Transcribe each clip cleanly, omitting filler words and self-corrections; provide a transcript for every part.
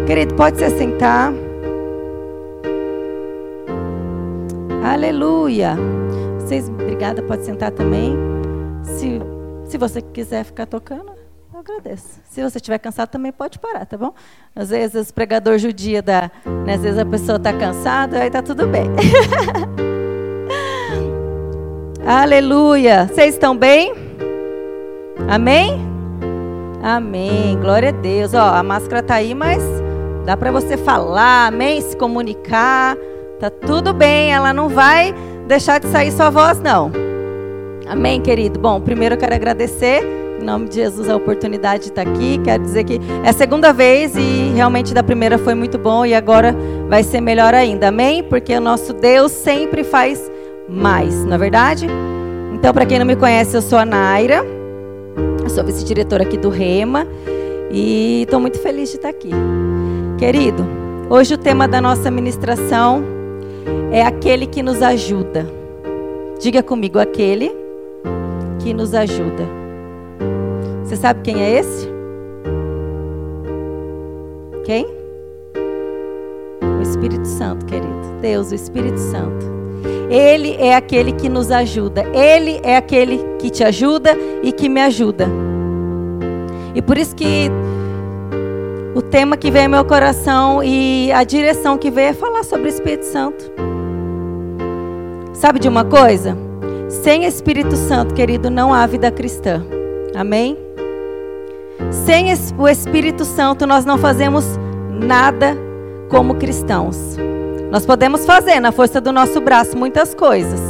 Querido, pode se assentar. Aleluia. Obrigada, pode sentar também. Se você quiser ficar tocando, eu agradeço. Se você estiver cansado, também pode parar, tá bom? Às vezes o pregador judia né? Às vezes a pessoa está cansada, aí tá tudo bem. Aleluia. Vocês estão bem? Amém? Amém. Glória a Deus. Ó, a máscara tá aí, mas dá para você falar, amém? Se comunicar. Tá tudo bem, ela não vai deixar de sair sua voz, não. Amém, querido? Bom, primeiro eu quero agradecer, em nome de Jesus, a oportunidade de estar aqui. Quero dizer que é a segunda vez e realmente da primeira foi muito bom e agora vai ser melhor ainda, amém? Porque o nosso Deus sempre faz mais, não é verdade? Então, para quem não me conhece, eu sou a Naira, eu sou vice-diretora aqui do Rema e estou muito feliz de estar aqui. Querido, hoje o tema da nossa ministração é aquele que nos ajuda. Diga comigo, aquele que nos ajuda. Você sabe quem é esse? Quem? O Espírito Santo, querido. Deus, o Espírito Santo. Ele é aquele que nos ajuda. Ele é aquele que te ajuda e que me ajuda. E por isso que o tema que veio ao meu coração e a direção que veio é falar sobre o Espírito Santo. Sabe de uma coisa? Sem Espírito Santo, querido, não há vida cristã. Amém? Sem o Espírito Santo, nós não fazemos nada como cristãos. Nós podemos fazer, na força do nosso braço, muitas coisas.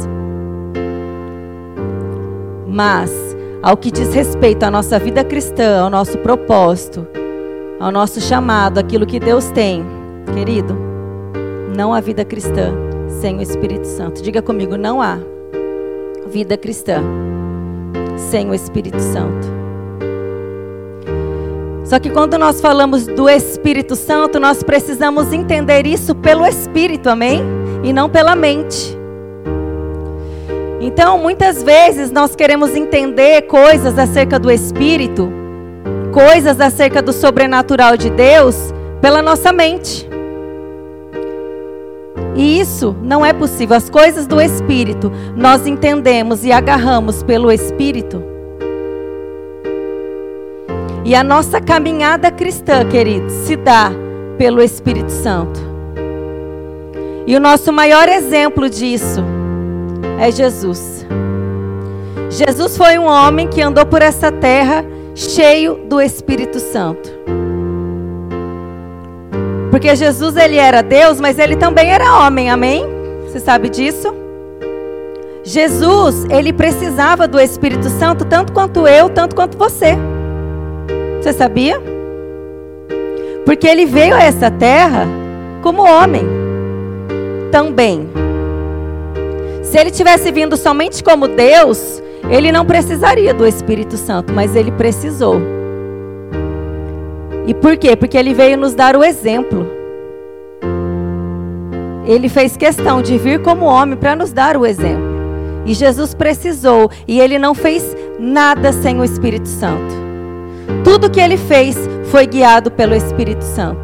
Mas, ao que diz respeito à nossa vida cristã, ao nosso propósito, ao nosso chamado, aquilo que Deus tem, querido, não há vida cristã sem o Espírito Santo. Diga comigo, não há vida cristã sem o Espírito Santo. Só que quando nós falamos do Espírito Santo, nós precisamos entender isso pelo Espírito, amém? E não pela mente. Então, muitas vezes nós queremos entender coisas acerca do Espírito, coisas acerca do sobrenatural de Deus, pela nossa mente. E isso não é possível. As coisas do Espírito nós entendemos e agarramos pelo Espírito. E a nossa caminhada cristã, queridos, se dá pelo Espírito Santo. E o nosso maior exemplo disso é Jesus. Jesus foi um homem que andou por essa terra cheio do Espírito Santo. Porque Jesus, ele era Deus, mas ele também era homem, amém? Você sabe disso? Jesus, ele precisava do Espírito Santo tanto quanto eu, tanto quanto você. Você sabia? Porque ele veio a essa terra como homem também. Se ele tivesse vindo somente como Deus, ele não precisaria do Espírito Santo, mas ele precisou. E por quê? Porque ele veio nos dar o exemplo. Ele fez questão de vir como homem para nos dar o exemplo. E Jesus precisou, e ele não fez nada sem o Espírito Santo. Tudo que ele fez foi guiado pelo Espírito Santo.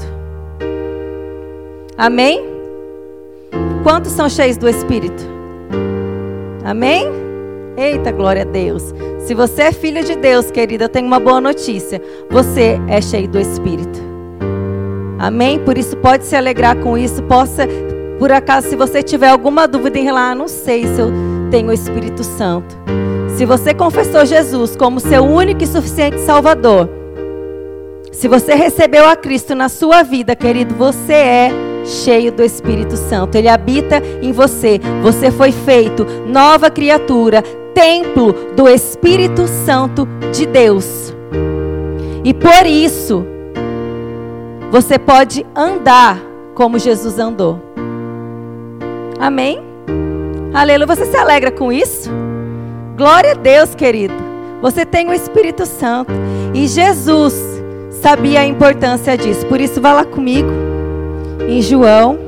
Amém? Quantos são cheios do Espírito? Amém? Eita, glória a Deus. Se você é filho de Deus, querida, eu tenho uma boa notícia. Você é cheio do Espírito. Amém? Por isso pode se alegrar com isso. Por acaso, se você tiver alguma dúvida em relação, não sei se eu tenho o Espírito Santo. Se você confessou Jesus como seu único e suficiente Salvador, se você recebeu a Cristo na sua vida, querido, você é cheio do Espírito Santo. Ele habita em você. Você foi feito nova criatura, templo do Espírito Santo de Deus. E por isso, você pode andar como Jesus andou. Amém? Aleluia. Você se alegra com isso? Glória a Deus, querido. Você tem o Espírito Santo. E Jesus sabia a importância disso. Por isso, vá lá comigo. Em João.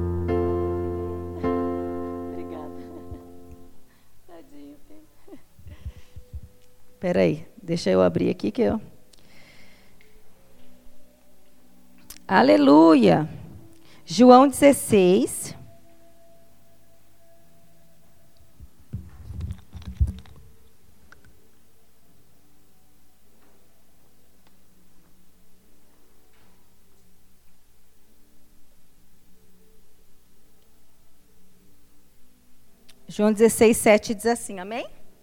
Obrigada. Tadinho. Espera aí, deixa eu abrir aqui que eu... Aleluia. João 16. João 16, 7 diz assim, amém?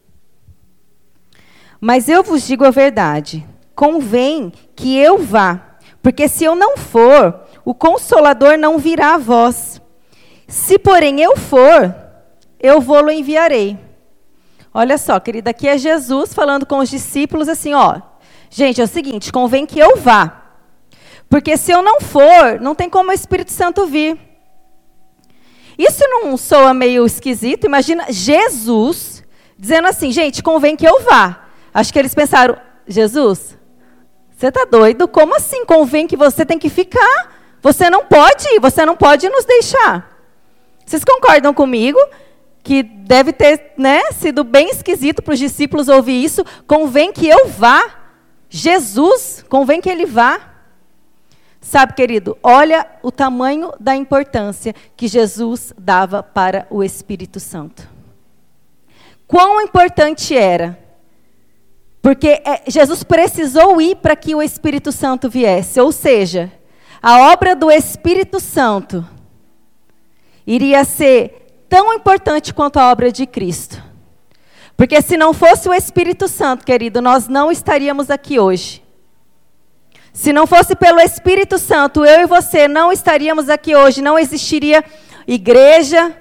Mas eu vos digo a verdade, convém que eu vá, porque se eu não for, o Consolador não virá a vós. Se, porém, eu for, eu vou-lo enviarei. Olha só, querida, aqui é Jesus falando com os discípulos assim, ó, gente, é o seguinte, convém que eu vá, porque se eu não for, não tem como o Espírito Santo vir. Isso não soa meio esquisito? Imagina Jesus dizendo assim, gente, convém que eu vá. Acho que eles pensaram, Jesus, você está doido? Como assim? Convém que você tem que ficar. Você não pode ir, você não pode nos deixar. Vocês concordam comigo que deve ter, né, sido bem esquisito para os discípulos ouvir isso? Convém que eu vá. Jesus, convém que ele vá. Sabe, querido, olha o tamanho da importância que Jesus dava para o Espírito Santo. Quão importante era. Porque Jesus precisou ir para que o Espírito Santo viesse. Ou seja, a obra do Espírito Santo iria ser tão importante quanto a obra de Cristo. Porque se não fosse o Espírito Santo, querido, nós não estaríamos aqui hoje. Se não fosse pelo Espírito Santo, eu e você não estaríamos aqui hoje, não existiria igreja.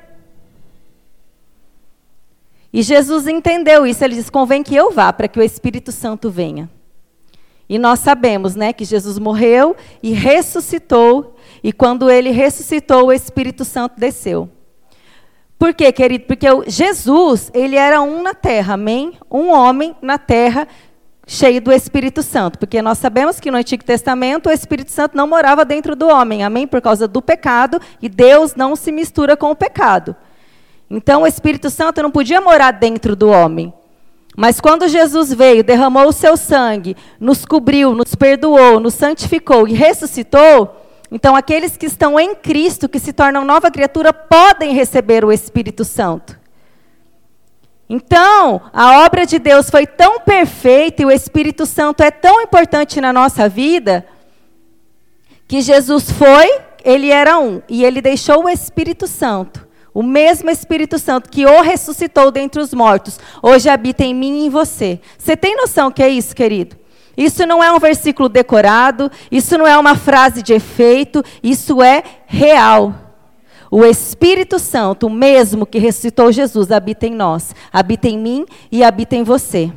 E Jesus entendeu isso, ele disse, convém que eu vá para que o Espírito Santo venha. E nós sabemos, né, que Jesus morreu e ressuscitou, e quando ele ressuscitou, o Espírito Santo desceu. Por quê, querido? Porque Jesus, ele era um na terra, amém? Um homem na terra, cheio do Espírito Santo, porque nós sabemos que no Antigo Testamento o Espírito Santo não morava dentro do homem, amém? Por causa do pecado, e Deus não se mistura com o pecado. Então o Espírito Santo não podia morar dentro do homem. Mas quando Jesus veio, derramou o seu sangue, nos cobriu, nos perdoou, nos santificou e ressuscitou, então aqueles que estão em Cristo, que se tornam nova criatura, podem receber o Espírito Santo. Então, a obra de Deus foi tão perfeita e o Espírito Santo é tão importante na nossa vida, que Jesus foi, ele era um, e ele deixou o Espírito Santo, o mesmo Espírito Santo que o ressuscitou dentre os mortos, hoje habita em mim e em você. Você tem noção que é isso, querido? Isso não é um versículo decorado, isso não é uma frase de efeito, isso é real. O Espírito Santo, o mesmo que ressuscitou Jesus, habita em nós, habita em mim e habita em você.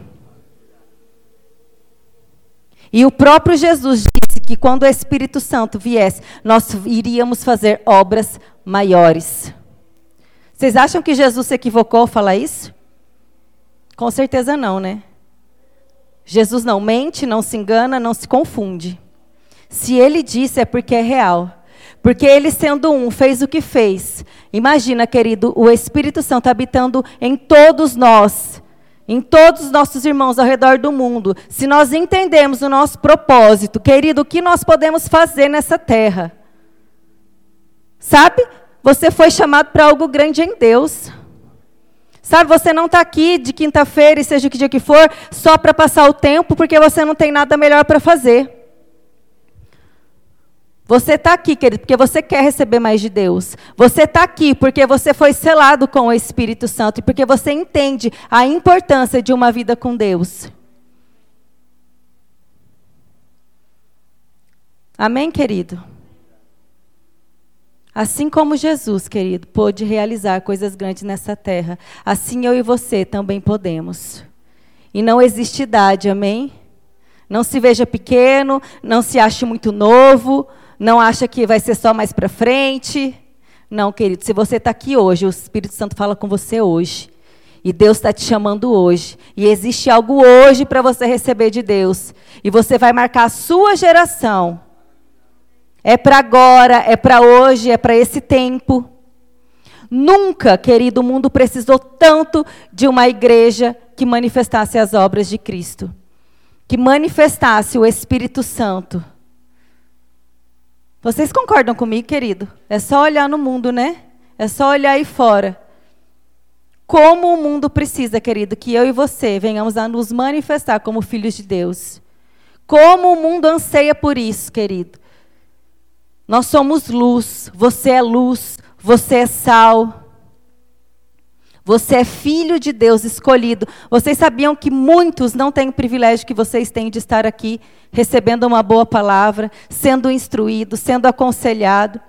E o próprio Jesus disse que quando o Espírito Santo viesse, nós iríamos fazer obras maiores. Vocês acham que Jesus se equivocou ao falar isso? Com certeza não, né? Jesus não mente, não se engana, não se confunde. Se ele disse é porque é real. Porque ele, sendo um, fez o que fez. Imagina, querido, o Espírito Santo habitando em todos nós, em todos os nossos irmãos ao redor do mundo. Se nós entendemos o nosso propósito, querido, o que nós podemos fazer nessa terra? Sabe? Você foi chamado para algo grande em Deus. Sabe, você não está aqui de quinta-feira, e seja o que dia que for, só para passar o tempo, porque você não tem nada melhor para fazer. Você está aqui, querido, porque você quer receber mais de Deus. Você está aqui porque você foi selado com o Espírito Santo e porque você entende a importância de uma vida com Deus. Amém, querido? Assim como Jesus, querido, pôde realizar coisas grandes nessa terra, assim eu e você também podemos. E não existe idade, amém? Não se veja pequeno, não se ache muito novo, não acha que vai ser só mais para frente. Não, querido, se você está aqui hoje, o Espírito Santo fala com você hoje. E Deus está te chamando hoje. E existe algo hoje para você receber de Deus. E você vai marcar a sua geração. É para agora, é para hoje, é para esse tempo. Nunca, querido, o mundo precisou tanto de uma igreja que manifestasse as obras de Cristo, que manifestasse o Espírito Santo. Vocês concordam comigo, querido? É só olhar no mundo, né? É só olhar aí fora. Como o mundo precisa, querido, que eu e você venhamos a nos manifestar como filhos de Deus. Como o mundo anseia por isso, querido. Nós somos luz, você é sal. Você é filho de Deus escolhido. Vocês sabiam que muitos não têm o privilégio que vocês têm de estar aqui, recebendo uma boa palavra, sendo instruído, sendo aconselhado.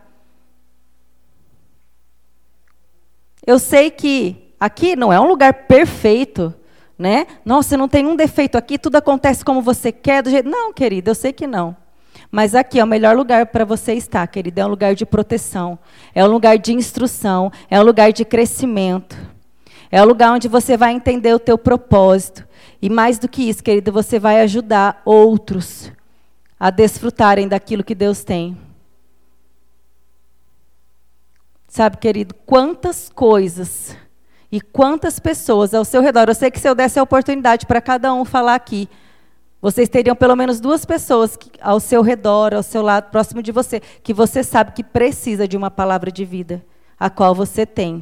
Eu sei que aqui não é um lugar perfeito, né? Nossa, não tem um defeito aqui, tudo acontece como você quer, do jeito... Não, querida, eu sei que não. Mas aqui é o melhor lugar para você estar, querida. É um lugar de proteção, é um lugar de instrução, é um lugar de crescimento. É o lugar onde você vai entender o teu propósito. E mais do que isso, querida, você vai ajudar outros a desfrutarem daquilo que Deus tem. Sabe, querido, quantas coisas e quantas pessoas ao seu redor. Eu sei que se eu desse a oportunidade para cada um falar aqui, vocês teriam pelo menos 2 pessoas ao seu redor, ao seu lado, próximo de você, que você sabe que precisa de uma palavra de vida, a qual você tem.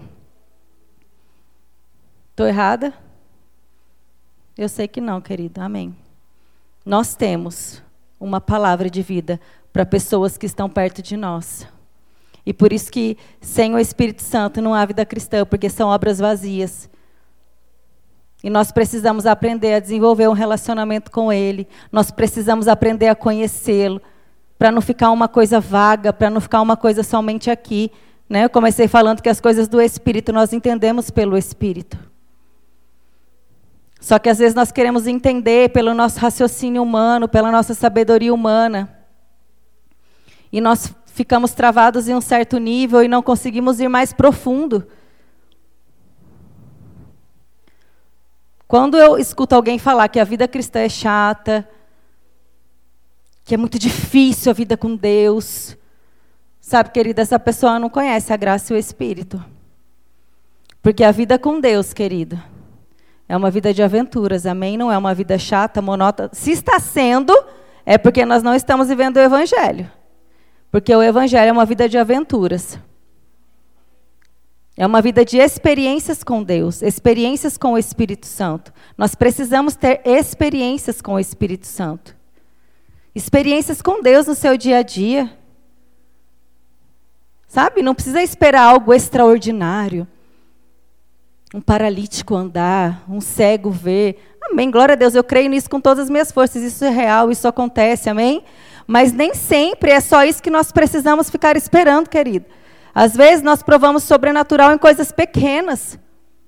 Estou errada? Eu sei que não, querido. Amém. Nós temos uma palavra de vida para pessoas que estão perto de nós. E por isso que sem o Espírito Santo não há vida cristã, porque são obras vazias. E nós precisamos aprender a desenvolver um relacionamento com Ele. Nós precisamos aprender a conhecê-lo, para não ficar uma coisa vaga, para não ficar uma coisa somente aqui. Né? Eu comecei falando que as coisas do Espírito nós entendemos pelo Espírito. Só que às vezes nós queremos entender pelo nosso raciocínio humano, pela nossa sabedoria humana. E nós ficamos travados em um certo nível e não conseguimos ir mais profundo. Quando eu escuto alguém falar que a vida cristã é chata, que é muito difícil a vida com Deus, sabe, querida, essa pessoa não conhece a graça e o Espírito. Porque a vida com Deus, querido, é uma vida de aventuras, amém? Não é uma vida chata, monótona. Se está sendo, é porque nós não estamos vivendo o Evangelho. Porque o Evangelho é uma vida de aventuras. É uma vida de experiências com Deus, experiências com o Espírito Santo. Nós precisamos ter experiências com o Espírito Santo. Experiências com Deus no seu dia a dia. Sabe? Não precisa esperar algo extraordinário. Um paralítico andar, um cego ver. Amém, glória a Deus, eu creio nisso com todas as minhas forças. Isso é real, isso acontece, amém? Mas nem sempre é só isso que nós precisamos ficar esperando, querido. Às vezes nós provamos sobrenatural em coisas pequenas.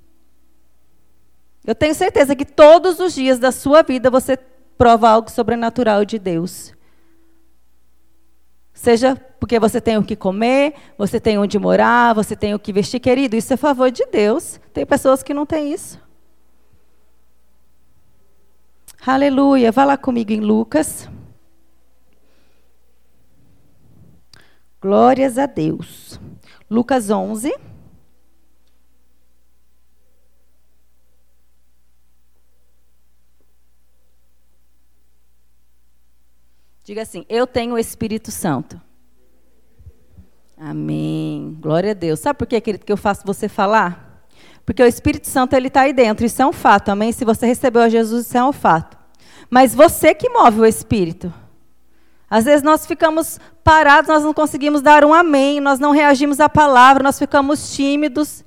Eu tenho certeza que todos os dias da sua vida você prova algo sobrenatural de Deus. Seja porque você tem o que comer, você tem onde morar, você tem o que vestir, querido, isso é favor de Deus. Tem pessoas que não têm isso. Aleluia. Vá lá comigo em Lucas. Glórias a Deus. Lucas 11. Diga assim, eu tenho o Espírito Santo. Amém. Glória a Deus. Sabe por quê, querido, que eu faço você falar? Porque o Espírito Santo, ele está aí dentro. Isso é um fato, amém? Se você recebeu a Jesus, isso é um fato. Mas você que move o Espírito. Às vezes nós ficamos parados, nós não conseguimos dar um amém, nós não reagimos à palavra, nós ficamos tímidos.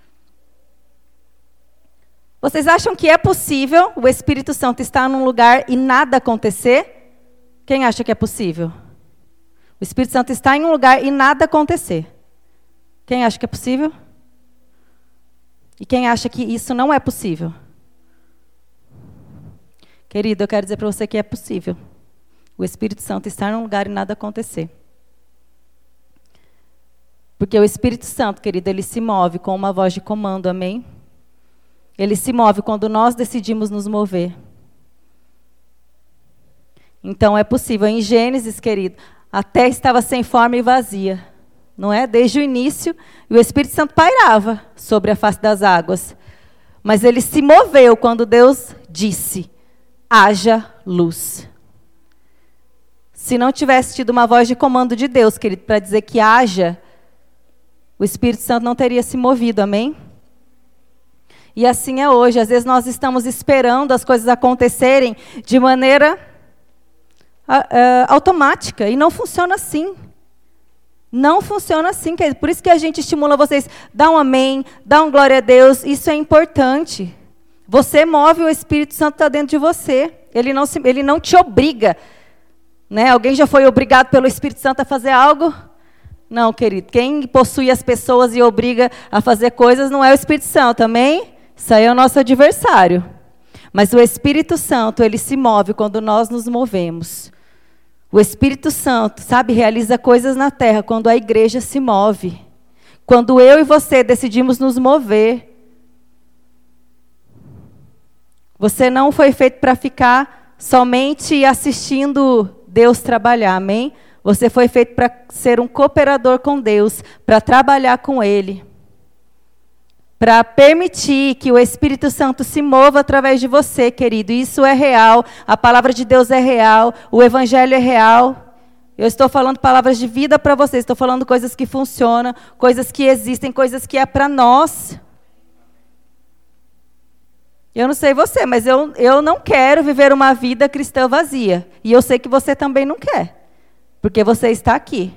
Vocês acham que é possível o Espírito Santo estar num lugar e nada acontecer? Quem acha que é possível? O Espírito Santo está em um lugar e nada acontecer. Quem acha que é possível? E quem acha que isso não é possível? Querido, eu quero dizer para você que é possível. O Espírito Santo estar num lugar e nada acontecer. Porque o Espírito Santo, querido, ele se move com uma voz de comando, amém? Ele se move quando nós decidimos nos mover. Então é possível. Em Gênesis, querido, a terra estava sem forma e vazia. Não é? Desde o início, e o Espírito Santo pairava sobre a face das águas. Mas ele se moveu quando Deus disse: haja luz. Se não tivesse tido uma voz de comando de Deus, querido, para dizer que haja, o Espírito Santo não teria se movido, amém? E assim é hoje. Às vezes nós estamos esperando as coisas acontecerem de maneira automática, e não funciona assim. Não funciona assim, querido. Por isso que a gente estimula vocês, dá um amém, dá um glória a Deus, isso é importante. Você move, o Espírito Santo está dentro de você. Ele não te obriga. Né? Alguém já foi obrigado pelo Espírito Santo a fazer algo? Não, querido. Quem possui as pessoas e obriga a fazer coisas não é o Espírito Santo, amém? Isso aí é o nosso adversário. Mas o Espírito Santo, ele se move quando nós nos movemos. O Espírito Santo, sabe, realiza coisas na terra quando a igreja se move. Quando eu e você decidimos nos mover. Você não foi feito para ficar somente assistindo Deus trabalhar, amém? Você foi feito para ser um cooperador com Deus, para trabalhar com Ele. Para permitir que o Espírito Santo se mova através de você, querido. Isso é real, a palavra de Deus é real, o Evangelho é real. Eu estou falando palavras de vida para vocês, estou falando coisas que funcionam, coisas que existem, coisas que é para nós. Eu não sei você, mas eu não quero viver uma vida cristã vazia. E eu sei que você também não quer, porque você está aqui.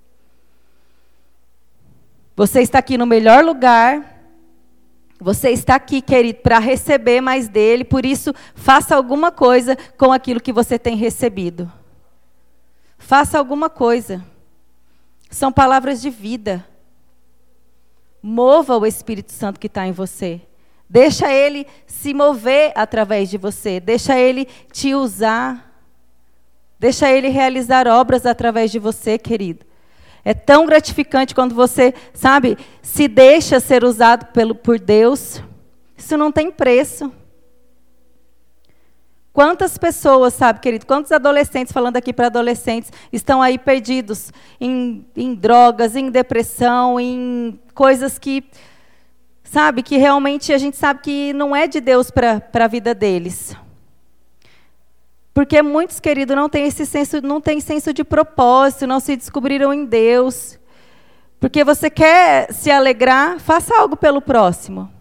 Você está aqui no melhor lugar. Você está aqui, querido, para receber mais dele. Por isso, faça alguma coisa com aquilo que você tem recebido. Faça alguma coisa. São palavras de vida. Mova o Espírito Santo que está em você. Deixa ele se mover através de você. Deixa ele te usar. Deixa ele realizar obras através de você, querido. É tão gratificante quando você, sabe, se deixa ser usado por Deus. Isso não tem preço. Quantas pessoas, sabe, querido, quantos adolescentes, falando aqui para adolescentes, estão aí perdidos em drogas, em depressão, em coisas que, sabe, que realmente a gente sabe que não é de Deus para a vida deles. Porque muitos, queridos, não têm senso de propósito, não se descobriram em Deus. Porque você quer se alegrar, faça algo pelo próximo.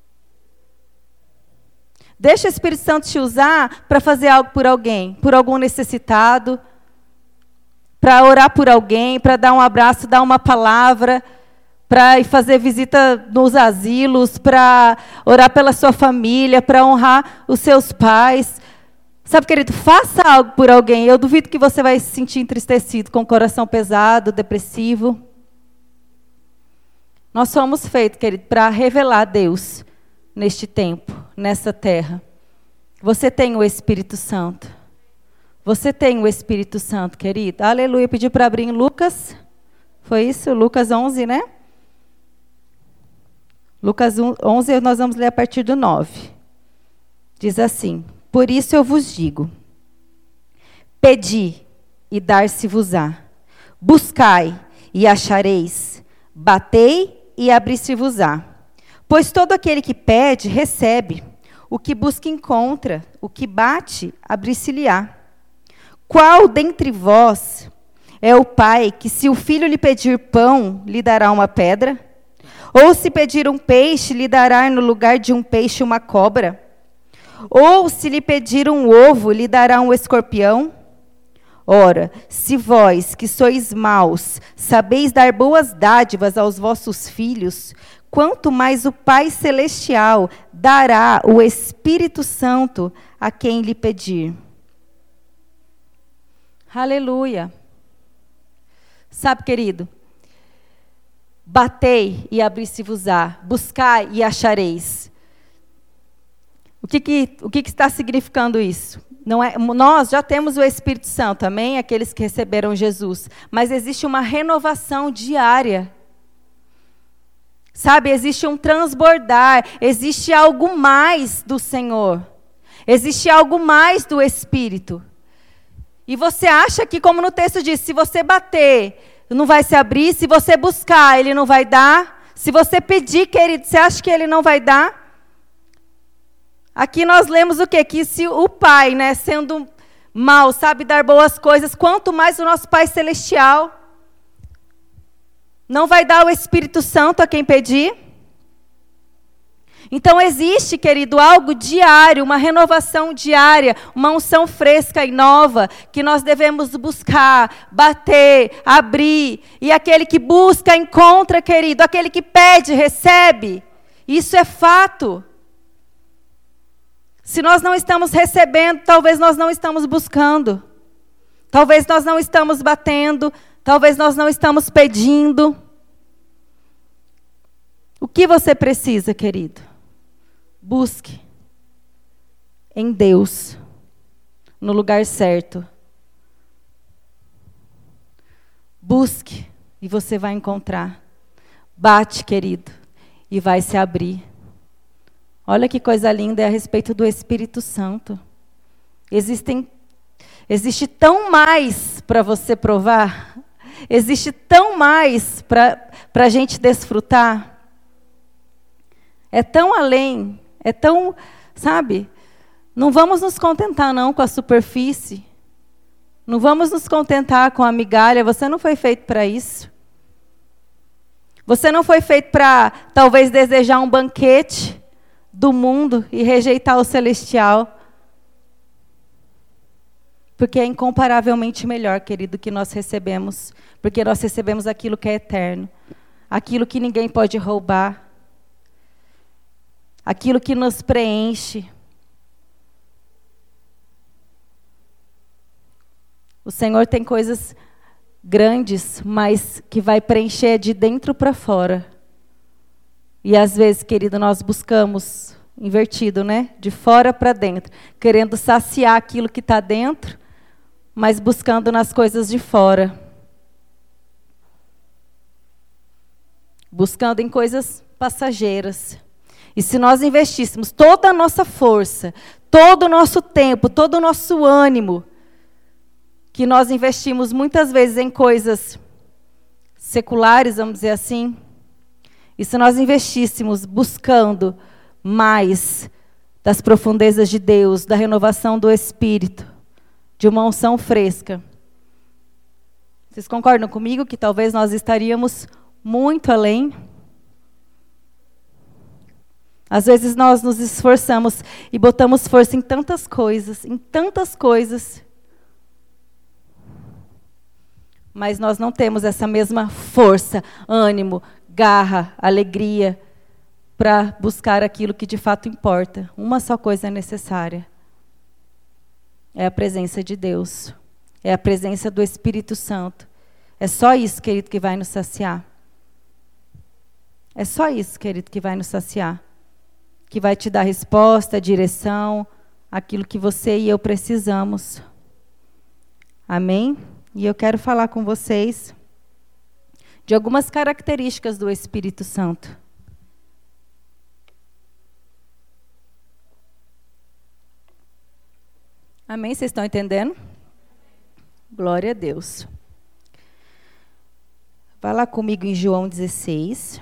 Deixa o Espírito Santo te usar para fazer algo por alguém, por algum necessitado, para orar por alguém, para dar um abraço, dar uma palavra, para ir fazer visita nos asilos, para orar pela sua família, para honrar os seus pais. Sabe, querido, faça algo por alguém. Eu duvido que você vai se sentir entristecido, com o coração pesado, depressivo. Nós somos feitos, querido, para revelar Deus neste tempo, nessa terra. Você tem o Espírito Santo. Você tem o Espírito Santo, querido. Aleluia. Pediu para abrir em Lucas. Foi isso? Lucas 11, né? Lucas 11, nós vamos ler a partir do 9. Diz assim: por isso eu vos digo, pedi e dar-se-vos-á, buscai e achareis, batei e abrir-se-vos-á. Pois todo aquele que pede, recebe, o que busca encontra, o que bate, abrir-se-lhe-á. Qual dentre vós é o pai que, se o filho lhe pedir pão, lhe dará uma pedra? Ou se pedir um peixe, lhe dará no lugar de um peixe uma cobra? Ou se lhe pedir um ovo, lhe dará um escorpião? Ora, se vós, que sois maus, sabeis dar boas dádivas aos vossos filhos, quanto mais o Pai Celestial dará o Espírito Santo a quem lhe pedir. Aleluia. Sabe, querido, batei e abri-se-vos-á, buscai e achareis. O que está significando isso? Não é, nós já temos o Espírito Santo, amém? Aqueles que receberam Jesus. Mas existe uma renovação diária. Sabe, existe um transbordar, existe algo mais do Senhor. Existe algo mais do Espírito. E você acha que, como no texto diz, se você bater, não vai se abrir, se você buscar, ele não vai dar. Se você pedir, querido, você acha que ele não vai dar? Aqui nós lemos o quê? Que se o Pai, né, sendo mau, sabe dar boas coisas, quanto mais o nosso Pai Celestial não vai dar o Espírito Santo a quem pedir? Então existe, querido, algo diário, uma renovação diária, uma unção fresca e nova, que nós devemos buscar, bater, abrir. E aquele que busca, encontra, querido. Aquele que pede, recebe. Isso é fato. Se nós não estamos recebendo, talvez nós não estamos buscando. Talvez nós não estamos batendo. Talvez nós não estamos pedindo. O que você precisa, querido? Busque em Deus, no lugar certo. Busque e você vai encontrar. Bate, querido, e vai se abrir. Olha que coisa linda é a respeito do Espírito Santo. Existe tão mais para você provar. Existe tão mais para a gente desfrutar. É tão além. É tão, sabe, não vamos nos contentar não com a superfície. Não vamos nos contentar com a migalha. Você não foi feito para isso. Você não foi feito para, talvez, desejar um banquete do mundo e rejeitar o celestial. Porque é incomparavelmente melhor, querido, que nós recebemos. Porque nós recebemos aquilo que é eterno. Aquilo que ninguém pode roubar. Aquilo que nos preenche. O Senhor tem coisas grandes, mas que vai preencher de dentro para fora. E às vezes, querido, nós buscamos, invertido, né? De fora para dentro. Querendo saciar aquilo que está dentro, mas buscando nas coisas de fora. Buscando em coisas passageiras. E se nós investíssemos toda a nossa força, todo o nosso tempo, todo o nosso ânimo, que nós investimos muitas vezes em coisas seculares, vamos dizer assim, e se nós investíssemos buscando mais das profundezas de Deus, da renovação do Espírito, de uma unção fresca, vocês concordam comigo que talvez nós estaríamos muito além? Às vezes nós nos esforçamos e botamos força em tantas coisas, mas nós não temos essa mesma força, ânimo, garra, alegria para buscar aquilo que de fato importa. Uma só coisa é necessária. É a presença de Deus. É a presença do Espírito Santo. É só isso, querido, que vai nos saciar. É só isso, querido, que vai nos saciar. Que vai te dar resposta, direção, aquilo que você e eu precisamos. Amém? E eu quero falar com vocês de algumas características do Espírito Santo. Amém? Vocês estão entendendo? Glória a Deus. Vai lá comigo em João 16.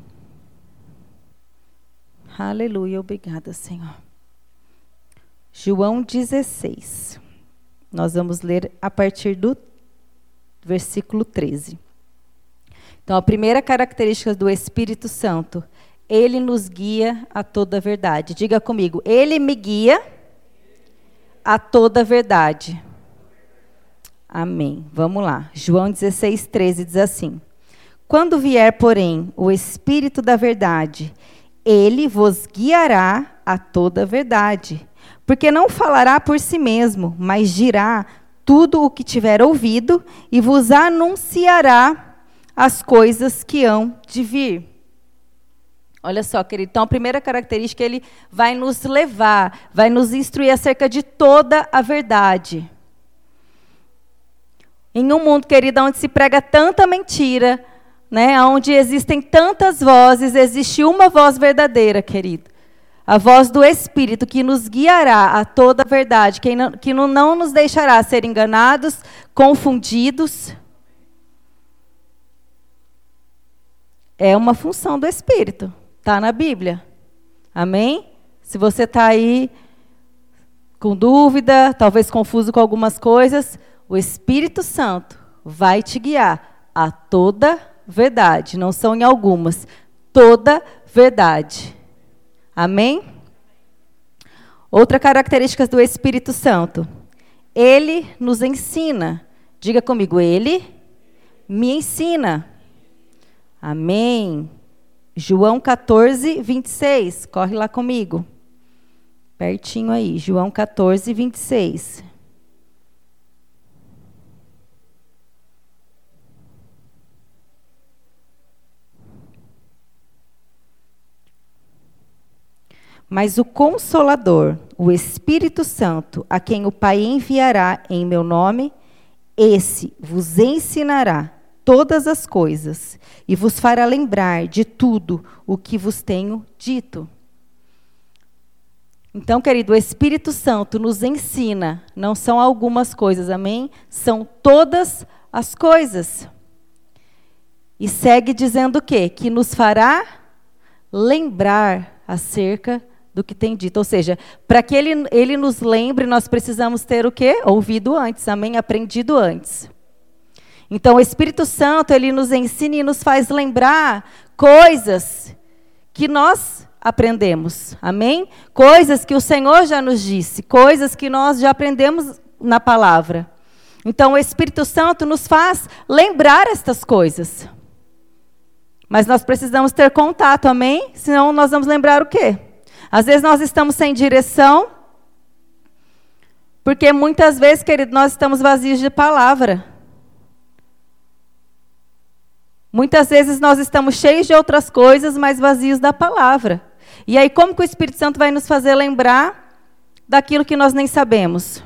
Aleluia, obrigada, Senhor. João 16. Nós vamos ler a partir do versículo 13. Então, a primeira característica do Espírito Santo, ele nos guia a toda a verdade. Diga comigo, ele me guia a toda a verdade. Amém. Vamos lá. João 16, 13 diz assim: Quando vier, porém, o Espírito da verdade, ele vos guiará a toda a verdade, porque não falará por si mesmo, mas dirá tudo o que tiver ouvido e vos anunciará as coisas que hão de vir. Olha só, querido, então a primeira característica, ele vai nos levar, vai nos instruir acerca de toda a verdade. Em um mundo, querido, onde se prega tanta mentira, né, onde existem tantas vozes, existe uma voz verdadeira, querido. A voz do Espírito que nos guiará a toda a verdade, que não nos deixará ser enganados, confundidos. É uma função do Espírito. Está na Bíblia. Amém? Se você está aí com dúvida, talvez confuso com algumas coisas, o Espírito Santo vai te guiar a toda verdade. Não são em algumas, toda verdade. Amém? Outra característica do Espírito Santo. Ele nos ensina. Diga comigo, ele me ensina. Amém. João 14, 26. Corre lá comigo. Pertinho aí. João 14, 26. Mas o Consolador, o Espírito Santo, a quem o Pai enviará em meu nome, esse vos ensinará todas as coisas e vos fará lembrar de tudo o que vos tenho dito. Então, querido, o Espírito Santo nos ensina, não são algumas coisas, amém? São todas as coisas. E segue dizendo o quê? Que nos fará lembrar acerca do que tem dito. Ou seja, para que ele nos lembre, nós precisamos ter o quê? Ouvido antes, amém? Aprendido antes. Então, o Espírito Santo, ele nos ensina e nos faz lembrar coisas que nós aprendemos, amém? Coisas que o Senhor já nos disse, coisas que nós já aprendemos na palavra. Então, o Espírito Santo nos faz lembrar estas coisas. Mas nós precisamos ter contato, amém? Senão nós vamos lembrar o quê? Às vezes nós estamos sem direção, porque muitas vezes, querido, nós estamos vazios de palavra. Muitas vezes nós estamos cheios de outras coisas, mas vazios da palavra. E aí, como que o Espírito Santo vai nos fazer lembrar daquilo que nós nem sabemos?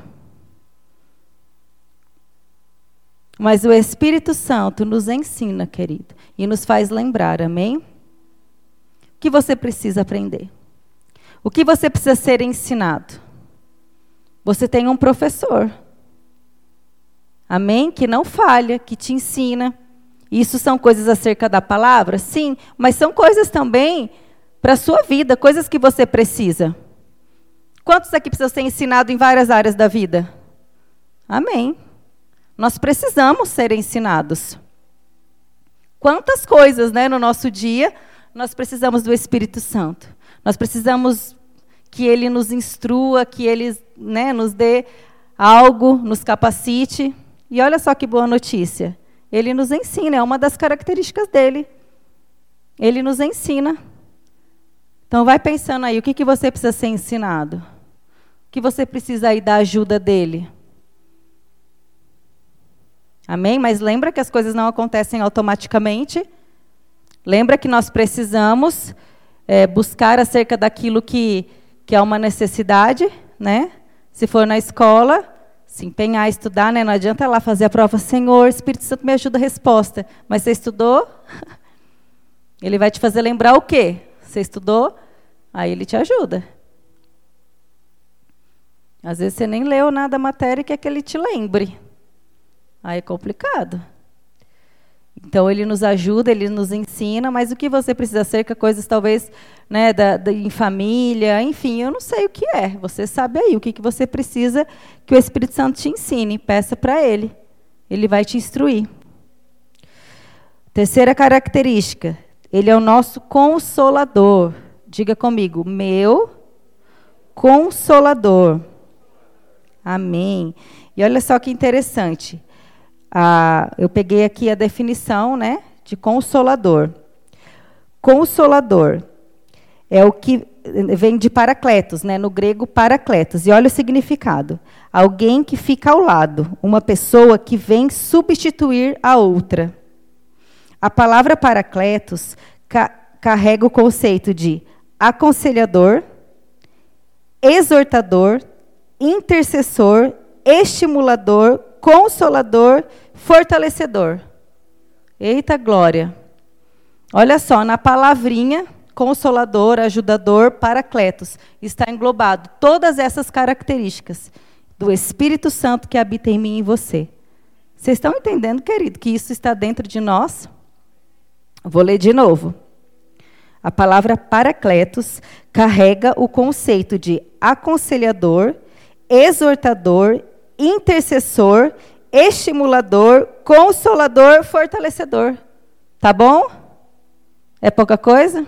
Mas o Espírito Santo nos ensina, querido, e nos faz lembrar, amém? O que você precisa aprender? O que você precisa ser ensinado? Você tem um professor, amém? Que não falha, que te ensina. Isso são coisas acerca da palavra? Sim, mas são coisas também para a sua vida, coisas que você precisa. Quantos aqui precisam ser ensinados em várias áreas da vida? Amém. Nós precisamos ser ensinados. Quantas coisas, né, no nosso dia, nós precisamos do Espírito Santo. Nós precisamos que Ele nos instrua, que Ele, né, nos dê algo, nos capacite. E olha só que boa notícia. Ele nos ensina, é uma das características dele. Ele nos ensina. Então vai pensando aí, o que você precisa ser ensinado? O que você precisa aí da ajuda dele? Amém? Mas lembra que as coisas não acontecem automaticamente. Lembra que nós precisamos buscar acerca daquilo que é uma necessidade, né? Se for na escola, se empenhar a estudar, né? Não adianta lá fazer a prova, Senhor, Espírito Santo me ajuda a resposta. Mas você estudou? Ele vai te fazer lembrar o quê? Você estudou? Aí ele te ajuda. Às vezes você nem leu nada da matéria e quer que ele te lembre. Aí é complicado. Então, ele nos ajuda, ele nos ensina, mas o que você precisa acerca, coisas talvez, né, em família, enfim, eu não sei o que é. Você sabe aí o que você precisa que o Espírito Santo te ensine. Peça para ele. Ele vai te instruir. Terceira característica, ele é o nosso consolador. Diga comigo, meu consolador. Amém. E olha só que interessante. Eu peguei aqui a definição, né, de consolador. Consolador é o que vem de paracletos, né, no grego paracletos. E olha o significado. Alguém que fica ao lado, uma pessoa que vem substituir a outra. A palavra paracletos carrega o conceito de aconselhador, exortador, intercessor, estimulador, consolador, fortalecedor. Eita glória! Olha só, na palavrinha, consolador, ajudador, paracletos, está englobado todas essas características do Espírito Santo que habita em mim e em você. Vocês estão entendendo, querido, que isso está dentro de nós? Vou ler de novo. A palavra Paracletos carrega o conceito de aconselhador, exortador, intercessor, estimulador, consolador, fortalecedor. Tá bom? É pouca coisa?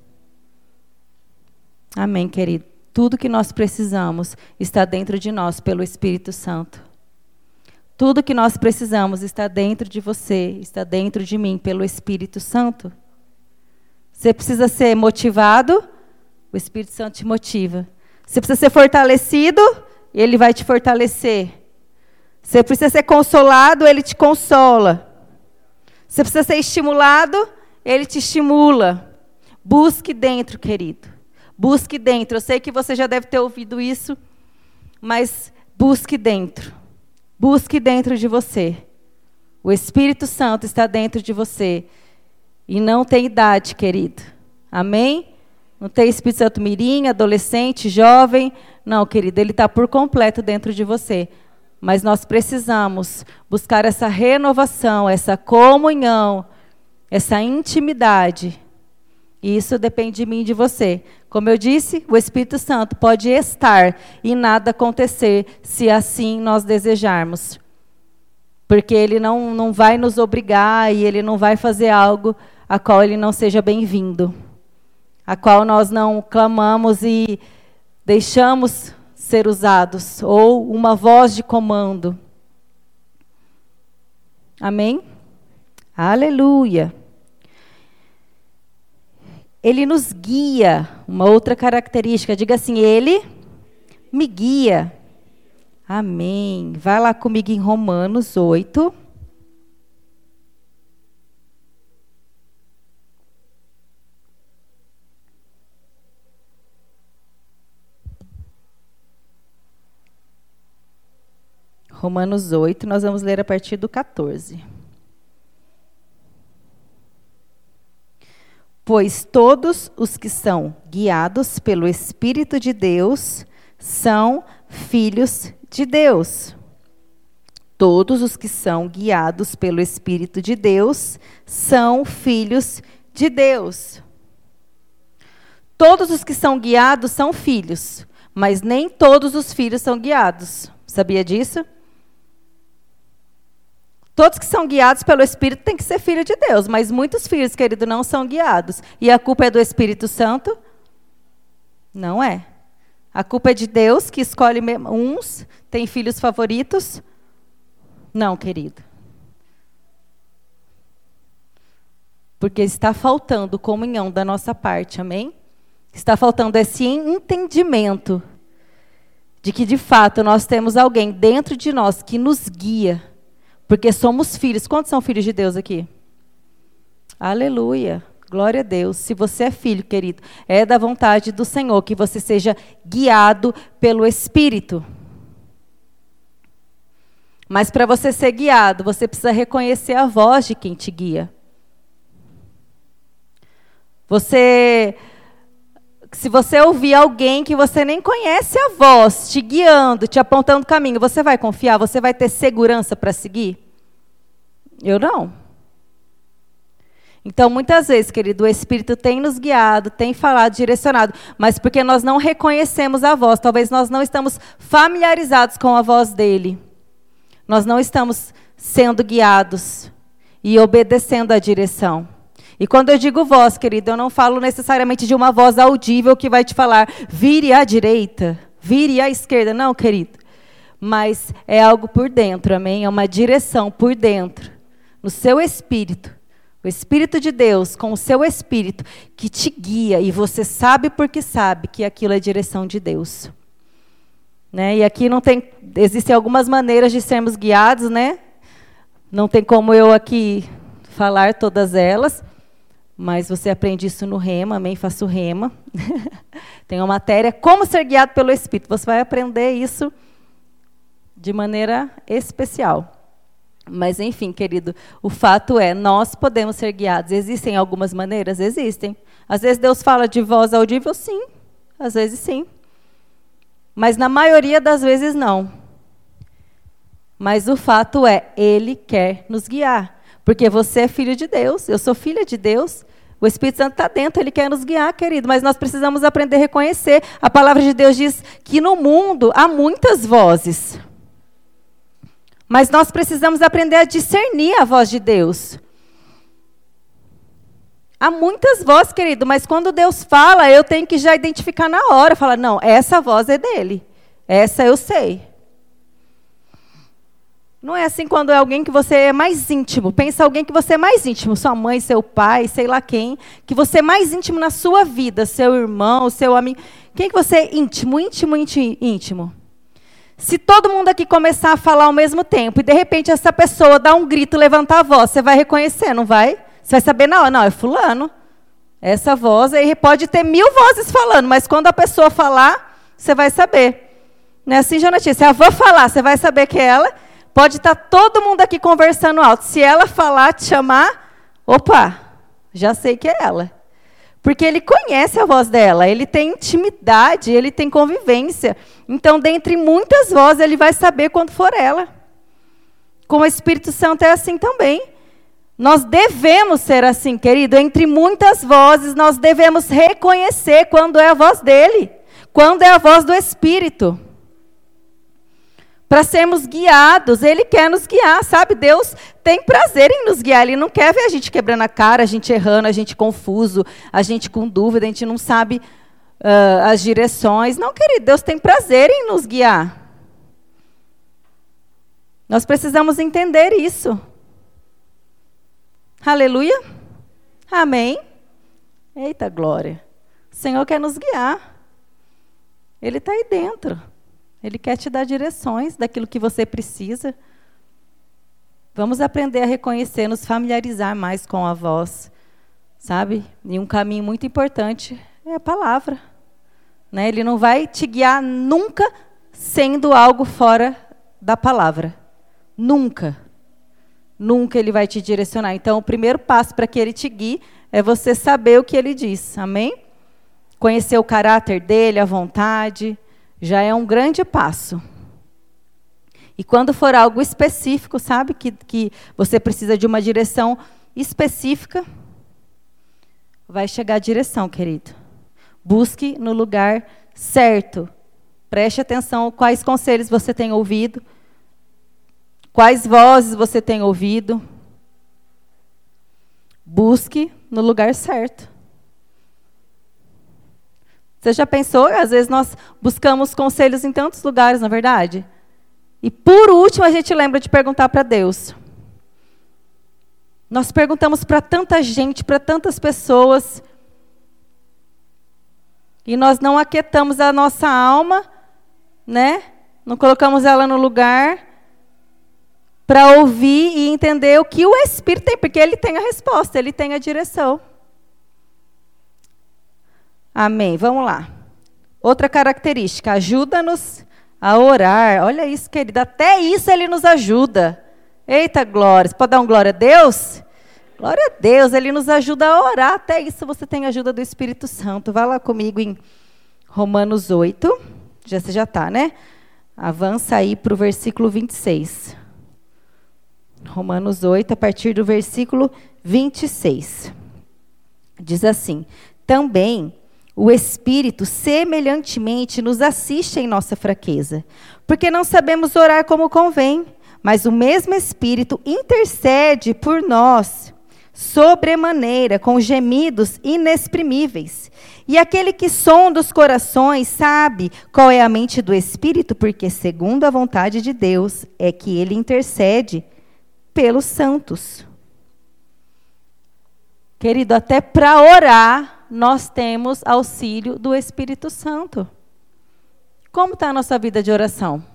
Amém, querido. Tudo que nós precisamos está dentro de nós pelo Espírito Santo. Tudo que nós precisamos está dentro de você, está dentro de mim pelo Espírito Santo. Você precisa ser motivado, o Espírito Santo te motiva. Você precisa ser fortalecido, ele vai te fortalecer. Você precisa ser consolado, ele te consola. Você precisa ser estimulado, ele te estimula. Busque dentro, querido. Busque dentro. Eu sei que você já deve ter ouvido isso, mas busque dentro. Busque dentro de você. O Espírito Santo está dentro de você. E não tem idade, querido. Amém? Não tem Espírito Santo mirim, adolescente, jovem. Não, querido, ele está por completo dentro de você. Mas nós precisamos buscar essa renovação, essa comunhão, essa intimidade. E isso depende de mim e de você. Como eu disse, o Espírito Santo pode estar e nada acontecer se assim nós desejarmos. Porque ele não vai nos obrigar e ele não vai fazer algo a qual ele não seja bem-vindo. A qual nós não clamamos e deixamos ser usados. Ou uma voz de comando. Amém? Aleluia. Ele nos guia. Uma outra característica. Diga assim, ele me guia. Amém. Vai lá comigo em Romanos 8. Romanos 8, nós vamos ler a partir do 14. Pois todos os que são guiados pelo Espírito de Deus são filhos de Deus. Todos os que são guiados pelo Espírito de Deus são filhos de Deus. Todos os que são guiados são filhos, mas nem todos os filhos são guiados. Sabia disso? Todos que são guiados pelo Espírito têm que ser filho de Deus, mas muitos filhos, querido, não são guiados. E a culpa é do Espírito Santo? Não é. A culpa é de Deus, que escolhe uns, tem filhos favoritos? Não, querido. Porque está faltando comunhão da nossa parte, amém? Está faltando esse entendimento de que, de fato, nós temos alguém dentro de nós que nos guia. Porque somos filhos. Quantos são filhos de Deus aqui? Aleluia. Glória a Deus. Se você é filho, querido, é da vontade do Senhor que você seja guiado pelo Espírito. Mas para você ser guiado, você precisa reconhecer a voz de quem te guia. Se você ouvir alguém que você nem conhece a voz, te guiando, te apontando o caminho, você vai confiar? Você vai ter segurança para seguir? Eu não. Então, muitas vezes, querido, o Espírito tem nos guiado, tem falado, direcionado, mas porque nós não reconhecemos a voz, talvez nós não estamos familiarizados com a voz dele. Nós não estamos sendo guiados e obedecendo a direção. E quando eu digo voz, querido, eu não falo necessariamente de uma voz audível que vai te falar, vire à direita, vire à esquerda. Não, querido. Mas é algo por dentro, amém? É uma direção por dentro, no seu espírito. O Espírito de Deus, com o seu espírito, que te guia. E você sabe porque sabe que aquilo é direção de Deus. Né? E aqui existem algumas maneiras de sermos guiados, né? Não tem como eu aqui falar todas elas. Mas você aprende isso no Rema, amém? Faço Rema. Tem uma matéria, como ser guiado pelo Espírito. Você vai aprender isso de maneira especial. Mas, enfim, querido, o fato é, nós podemos ser guiados. Existem algumas maneiras? Existem. Às vezes Deus fala de voz audível, sim. Às vezes sim. Mas na maioria das vezes não. Mas o fato é, Ele quer nos guiar. Porque você é filho de Deus, eu sou filha de Deus. O Espírito Santo está dentro, Ele quer nos guiar, querido, mas nós precisamos aprender a reconhecer. A palavra de Deus diz que no mundo há muitas vozes. Mas nós precisamos aprender a discernir a voz de Deus. Há muitas vozes, querido, mas quando Deus fala, eu tenho que já identificar na hora. Falar, não, essa voz é dele. Essa eu sei. Não é assim quando é alguém que você é mais íntimo. Pensa alguém que você é mais íntimo. Sua mãe, seu pai, sei lá quem. Que você é mais íntimo na sua vida. Seu irmão, seu amigo. Quem que você é íntimo, íntimo? Se todo mundo aqui começar a falar ao mesmo tempo e de repente essa pessoa dá um grito, levantar a voz, você vai reconhecer, não vai? Você vai saber na hora, não, é fulano. Essa voz aí pode ter 1000 vozes falando, mas quando a pessoa falar, você vai saber. Não é assim, Jonatinha? Se a avó falar, você vai saber que é ela. Pode estar todo mundo aqui conversando alto. Se ela falar, te chamar, opa, já sei que é ela. Porque ele conhece a voz dela, ele tem intimidade, ele tem convivência. Então, dentre muitas vozes, ele vai saber quando for ela. Com o Espírito Santo é assim também. Nós devemos ser assim, querido. Entre muitas vozes, nós devemos reconhecer quando é a voz dele, quando é a voz do Espírito. Para sermos guiados, Ele quer nos guiar, sabe? Deus tem prazer em nos guiar, Ele não quer ver a gente quebrando a cara, a gente errando, a gente confuso, a gente com dúvida, a gente não sabe as direções. Não, querido, Deus tem prazer em nos guiar. Nós precisamos entender isso. Aleluia? Amém? Eita glória! O Senhor quer nos guiar. Ele está aí dentro. Ele quer te dar direções daquilo que você precisa. Vamos aprender a reconhecer, nos familiarizar mais com a voz, sabe? E um caminho muito importante é a palavra. Né? Ele não vai te guiar nunca sendo algo fora da palavra. Nunca. Nunca ele vai te direcionar. Então, o primeiro passo para que ele te guie é você saber o que ele diz. Amém? Conhecer o caráter dele, a vontade, já é um grande passo. E quando for algo específico, sabe, que você precisa de uma direção específica, vai chegar a direção, querido. Busque no lugar certo. Preste atenção quais conselhos você tem ouvido, quais vozes você tem ouvido. Busque no lugar certo. Você já pensou? Às vezes nós buscamos conselhos em tantos lugares, na verdade. E por último a gente lembra de perguntar para Deus. Nós perguntamos para tanta gente, para tantas pessoas. E nós não aquietamos a nossa alma, né? Não colocamos ela no lugar para ouvir e entender o que o Espírito tem, porque ele tem a resposta, ele tem a direção. Amém. Vamos lá. Outra característica, ajuda-nos a orar. Olha isso, querida, até isso ele nos ajuda. Eita, glória. Você pode dar um glória a Deus? Glória a Deus, ele nos ajuda a orar. Até isso você tem a ajuda do Espírito Santo. Vai lá comigo em Romanos 8. Você já está, né? Avança aí para o versículo 26. Romanos 8, a partir do versículo 26. Diz assim: também o Espírito semelhantemente nos assiste em nossa fraqueza, porque não sabemos orar como convém, mas o mesmo Espírito intercede por nós sobremaneira, com gemidos inexprimíveis. E aquele que sonda os corações sabe qual é a mente do Espírito, porque segundo a vontade de Deus é que ele intercede pelos santos. Querido, até para orar, nós temos auxílio do Espírito Santo. Como está a nossa vida de oração?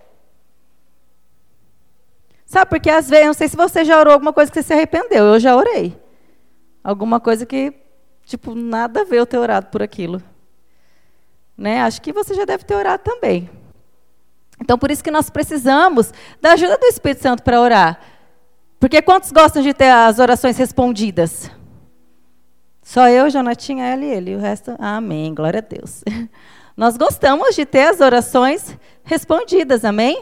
Sabe, porque às vezes, não sei se você já orou alguma coisa que você se arrependeu, eu já orei. Alguma coisa que, tipo, nada a ver eu ter orado por aquilo. Né? Acho que você já deve ter orado também. Então, por isso que nós precisamos da ajuda do Espírito Santo para orar. Porque quantos gostam de ter as orações respondidas? Só eu, Jonatinha, ela e ele. O resto, amém, glória a Deus. Nós gostamos de ter as orações respondidas, amém?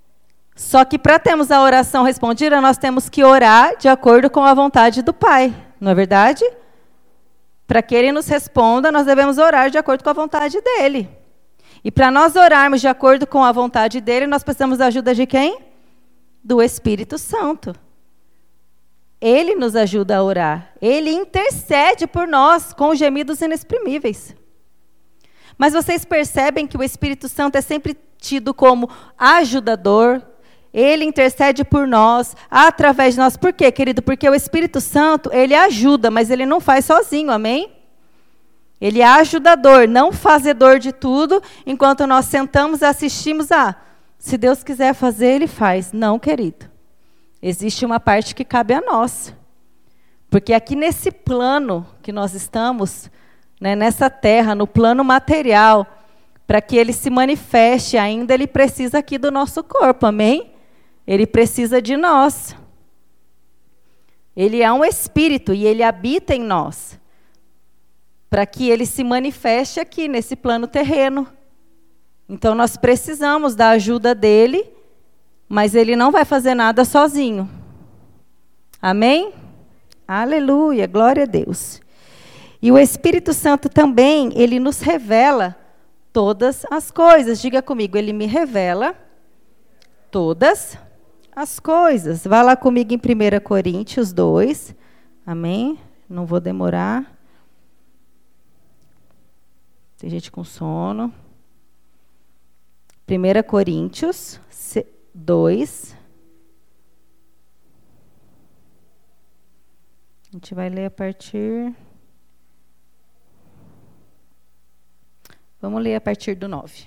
Só que para termos a oração respondida, nós temos que orar de acordo com a vontade do Pai. Não é verdade? Para que Ele nos responda, nós devemos orar de acordo com a vontade dEle. E para nós orarmos de acordo com a vontade dEle, nós precisamos da ajuda de quem? Do Espírito Santo. Ele nos ajuda a orar. Ele intercede por nós com gemidos inexprimíveis. Mas vocês percebem que o Espírito Santo é sempre tido como ajudador. Ele intercede por nós, através de nós. Por quê, querido? Porque o Espírito Santo, ele ajuda, mas ele não faz sozinho, amém? Ele é ajudador, não fazedor de tudo, enquanto nós sentamos e assistimos. Se Deus quiser fazer, Ele faz. Não, querido. Existe uma parte que cabe a nós. Porque aqui nesse plano que nós estamos, né, nessa terra, no plano material, para que Ele se manifeste ainda, Ele precisa aqui do nosso corpo, amém? Ele precisa de nós. Ele é um Espírito e Ele habita em nós. Para que Ele se manifeste aqui nesse plano terreno. Então nós precisamos da ajuda dEle, mas Ele não vai fazer nada sozinho. Amém? Aleluia, glória a Deus. E o Espírito Santo também, Ele nos revela todas as coisas. Diga comigo, Ele me revela todas as coisas. Vá lá comigo em 1 Coríntios 2. Amém? Não vou demorar. Tem gente com sono. 1 Coríntios 2. A gente vai ler a partir... Vamos ler a partir do 9.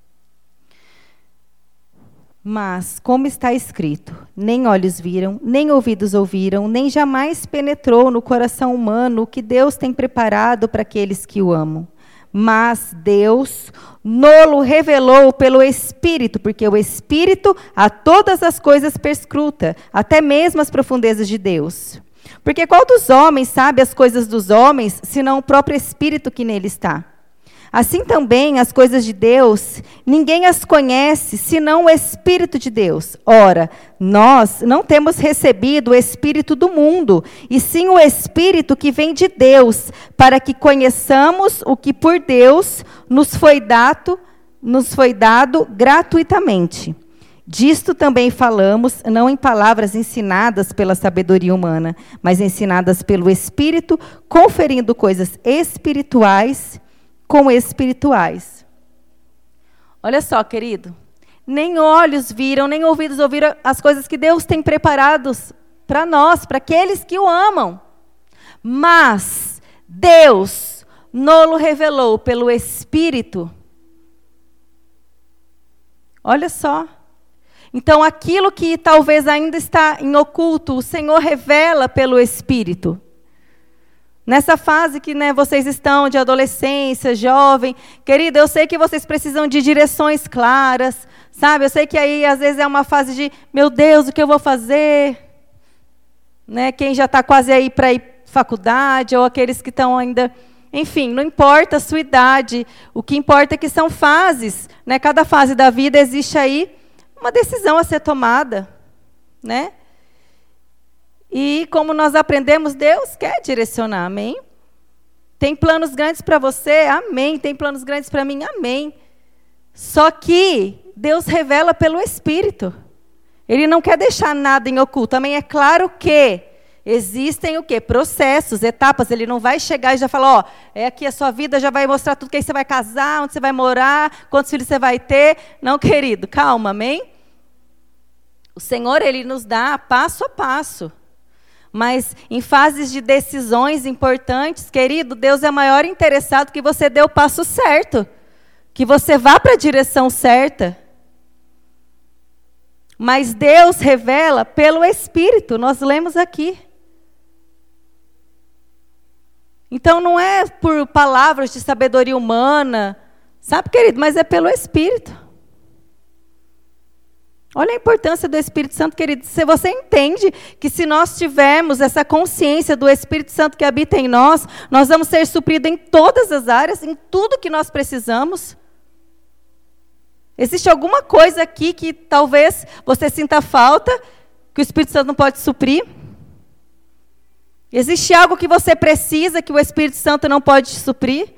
Mas, como está escrito, nem olhos viram, nem ouvidos ouviram, nem jamais penetrou no coração humano o que Deus tem preparado para aqueles que o amam. Mas Deus nolo revelou pelo Espírito, porque o Espírito a todas as coisas perscruta, até mesmo as profundezas de Deus. Porque qual dos homens sabe as coisas dos homens, senão o próprio Espírito que nele está? Assim também as coisas de Deus, ninguém as conhece, senão o Espírito de Deus. Ora, nós não temos recebido o Espírito do mundo, e sim o Espírito que vem de Deus, para que conheçamos o que por Deus nos foi dado gratuitamente. Disto também falamos, não em palavras ensinadas pela sabedoria humana, mas ensinadas pelo Espírito, conferindo coisas espirituais com espirituais. Olha só, querido, nem olhos viram, nem ouvidos ouviram as coisas que Deus tem preparados para nós, para aqueles que o amam. Mas Deus nolo revelou pelo Espírito. Olha só. Então, aquilo que talvez ainda está em oculto, o Senhor revela pelo Espírito. Nessa fase que, né, vocês estão de adolescência, jovem, querida, eu sei que vocês precisam de direções claras, sabe? Eu sei que aí, às vezes, é uma fase de, meu Deus, o que eu vou fazer? Né? Quem já está quase aí para ir para faculdade, ou aqueles que estão ainda... Enfim, não importa a sua idade, o que importa é que são fases, né? Cada fase da vida existe aí uma decisão a ser tomada, né? E como nós aprendemos, Deus quer direcionar, amém? Tem planos grandes para você, amém. Tem planos grandes para mim, amém. Só que Deus revela pelo Espírito. Ele não quer deixar nada em oculto. Também é claro que existem o quê? Processos, etapas. Ele não vai chegar e já falar, é aqui a sua vida, já vai mostrar tudo, que aí você vai casar, onde você vai morar, quantos filhos você vai ter. Não, querido, calma, amém? O Senhor, Ele nos dá passo a passo. Mas em fases de decisões importantes, querido, Deus é maior interessado que você dê o passo certo. Que você vá para a direção certa. Mas Deus revela pelo Espírito, nós lemos aqui. Então não é por palavras de sabedoria humana, sabe, querido, mas é pelo Espírito. Olha a importância do Espírito Santo, querido. Se você entende que se nós tivermos essa consciência do Espírito Santo que habita em nós, nós vamos ser supridos em todas as áreas, em tudo que nós precisamos. Existe alguma coisa aqui que talvez você sinta falta, que o Espírito Santo não pode suprir? Existe algo que você precisa que o Espírito Santo não pode te suprir?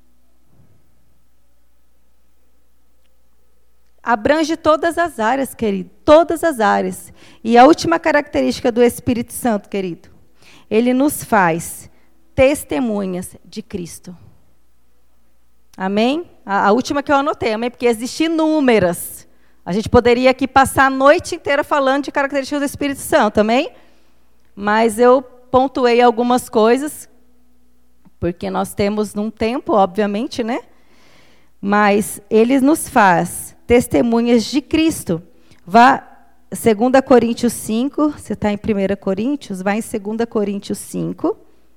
Abrange todas as áreas, querido, todas as áreas. E a última característica do Espírito Santo, querido, ele nos faz testemunhas de Cristo. Amém? A última que eu anotei, amém? Porque existem inúmeras. A gente poderia aqui passar a noite inteira falando de características do Espírito Santo, amém? Mas eu pontuei algumas coisas, porque nós temos um tempo, obviamente, né? Mas ele nos faz testemunhas de Cristo. Vá 2 Coríntios 5, você está em 1 Coríntios, vai em 2 Coríntios 5.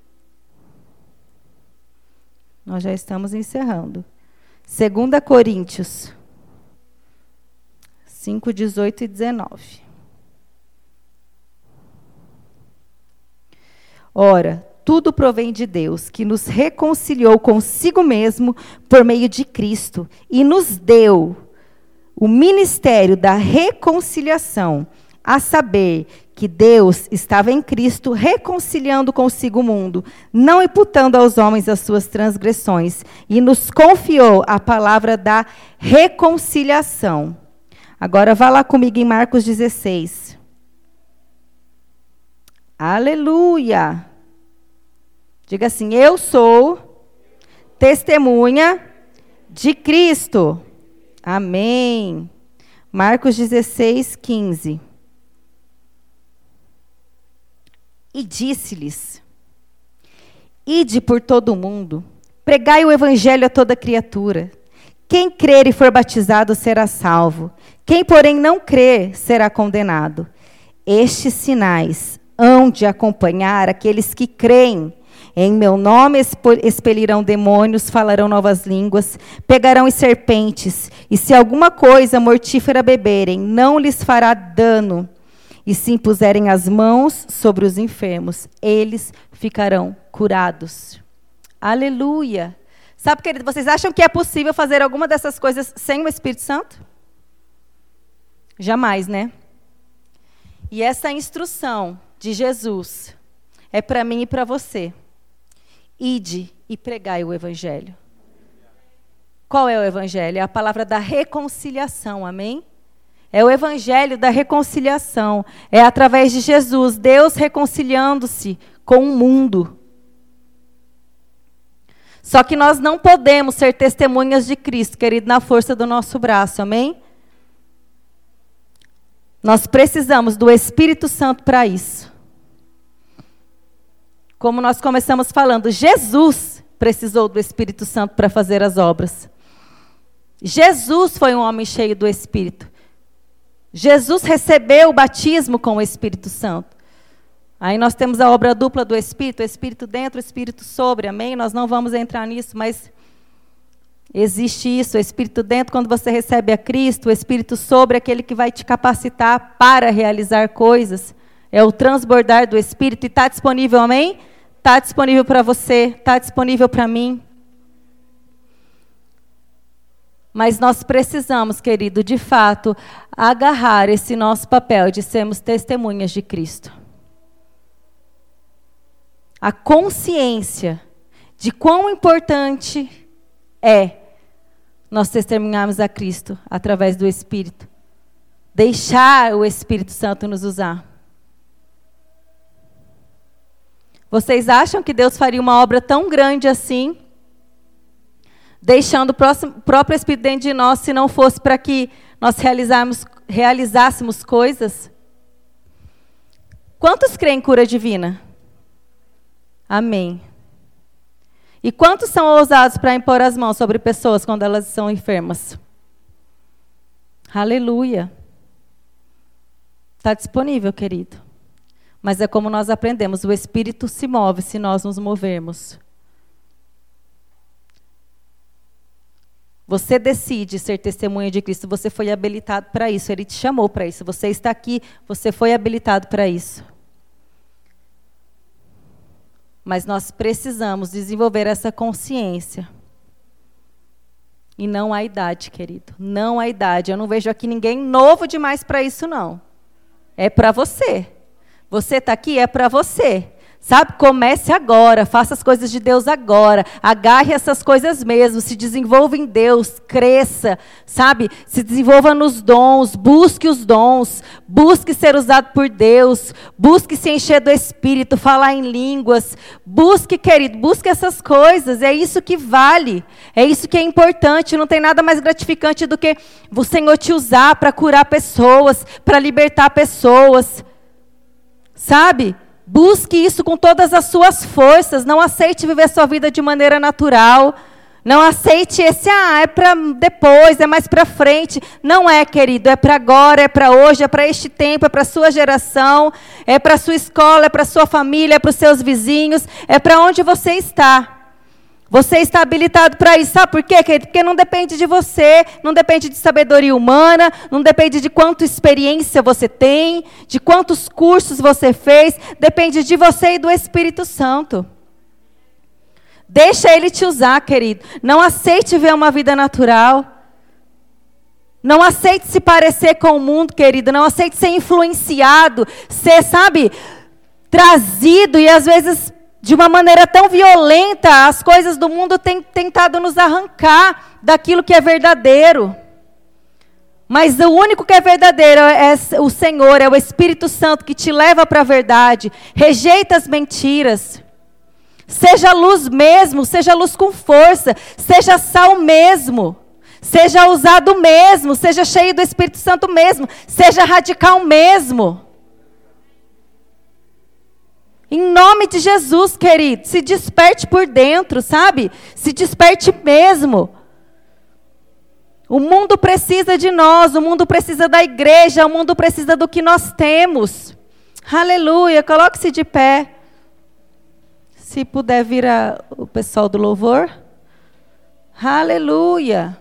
Nós já estamos encerrando. 2 Coríntios 5, 18 e 19. Ora, tudo provém de Deus, que nos reconciliou consigo mesmo por meio de Cristo e nos deu o ministério da reconciliação, a saber que Deus estava em Cristo reconciliando consigo o mundo, não imputando aos homens as suas transgressões, e nos confiou a palavra da reconciliação. Agora vá lá comigo em Marcos 16. Aleluia! Diga assim: eu sou testemunha de Cristo. Amém. Marcos 16, 15. E disse-lhes: ide por todo o mundo, pregai o evangelho a toda criatura. Quem crer e for batizado será salvo. Quem, porém, não crer será condenado. Estes sinais hão de acompanhar aqueles que creem. Em meu nome expelirão demônios, falarão novas línguas, pegarão em serpentes, e se alguma coisa mortífera beberem, não lhes fará dano. E se impuserem as mãos sobre os enfermos, eles ficarão curados. Aleluia! Sabe, querido, vocês acham que é possível fazer alguma dessas coisas sem o Espírito Santo? Jamais, né? E essa instrução de Jesus é para mim e para você. Ide e pregai o evangelho. Qual é o evangelho? É a palavra da reconciliação, amém? É o evangelho da reconciliação. É através de Jesus, Deus reconciliando-se com o mundo. Só que nós não podemos ser testemunhas de Cristo, querido, na força do nosso braço, amém? Nós precisamos do Espírito Santo para isso. Como nós começamos falando, Jesus precisou do Espírito Santo para fazer as obras. Jesus foi um homem cheio do Espírito. Jesus recebeu o batismo com o Espírito Santo. Aí nós temos a obra dupla do Espírito, o Espírito dentro, o Espírito sobre, amém? Nós não vamos entrar nisso, mas existe isso, o Espírito dentro quando você recebe a Cristo, o Espírito sobre aquele que vai te capacitar para realizar coisas. É o transbordar do Espírito e está disponível, amém? Está disponível para você, está disponível para mim. Mas nós precisamos, querido, de fato, agarrar esse nosso papel de sermos testemunhas de Cristo. A consciência de quão importante é nós testemunharmos a Cristo através do Espírito. Deixar o Espírito Santo nos usar. Vocês acham que Deus faria uma obra tão grande assim, deixando o próprio Espírito dentro de nós, se não fosse para que nós realizássemos coisas? Quantos creem em cura divina? Amém. E quantos são ousados para impor as mãos sobre pessoas quando elas são enfermas? Aleluia. Está disponível, querido. Mas é como nós aprendemos, o Espírito se move se nós nos movermos. Você decide ser testemunha de Cristo, você foi habilitado para isso, Ele te chamou para isso, você está aqui, você foi habilitado para isso. Mas nós precisamos desenvolver essa consciência. E não há idade, querido, não há idade. Eu não vejo aqui ninguém novo demais para isso, não. É para você. Você está aqui, é para você. Sabe, comece agora, faça as coisas de Deus agora, agarre essas coisas mesmo, se desenvolva em Deus, cresça, sabe, se desenvolva nos dons, busque os dons, busque ser usado por Deus, busque se encher do Espírito, falar em línguas, busque, querido, busque essas coisas, é isso que vale, é isso que é importante, não tem nada mais gratificante do que o Senhor te usar para curar pessoas, para libertar pessoas, sabe? Busque isso com todas as suas forças. Não aceite viver sua vida de maneira natural. Não aceite esse, é para depois, é mais para frente. Não é, querido, é para agora, é para hoje, é para este tempo, é para a sua geração, é para a sua escola, é para a sua família, é para os seus vizinhos, é para onde você está. Você está habilitado para isso. Sabe por quê, querido? Porque não depende de você, não depende de sabedoria humana, não depende de quanta experiência você tem, de quantos cursos você fez, depende de você e do Espírito Santo. Deixa Ele te usar, querido. Não aceite ver uma vida natural. Não aceite se parecer com o mundo, querido. Não aceite ser influenciado, ser, sabe, trazido e às vezes de uma maneira tão violenta, as coisas do mundo têm tentado nos arrancar daquilo que é verdadeiro. Mas o único que é verdadeiro é o Senhor, é o Espírito Santo que te leva para a verdade. Rejeita as mentiras. Seja luz mesmo, seja luz com força, seja sal mesmo. Seja usado mesmo, seja cheio do Espírito Santo mesmo, seja radical mesmo. Em nome de Jesus, querido, se desperte por dentro, sabe? Se desperte mesmo. O mundo precisa de nós, o mundo precisa da igreja, o mundo precisa do que nós temos. Aleluia, coloque-se de pé. Se puder vir o pessoal do louvor. Aleluia.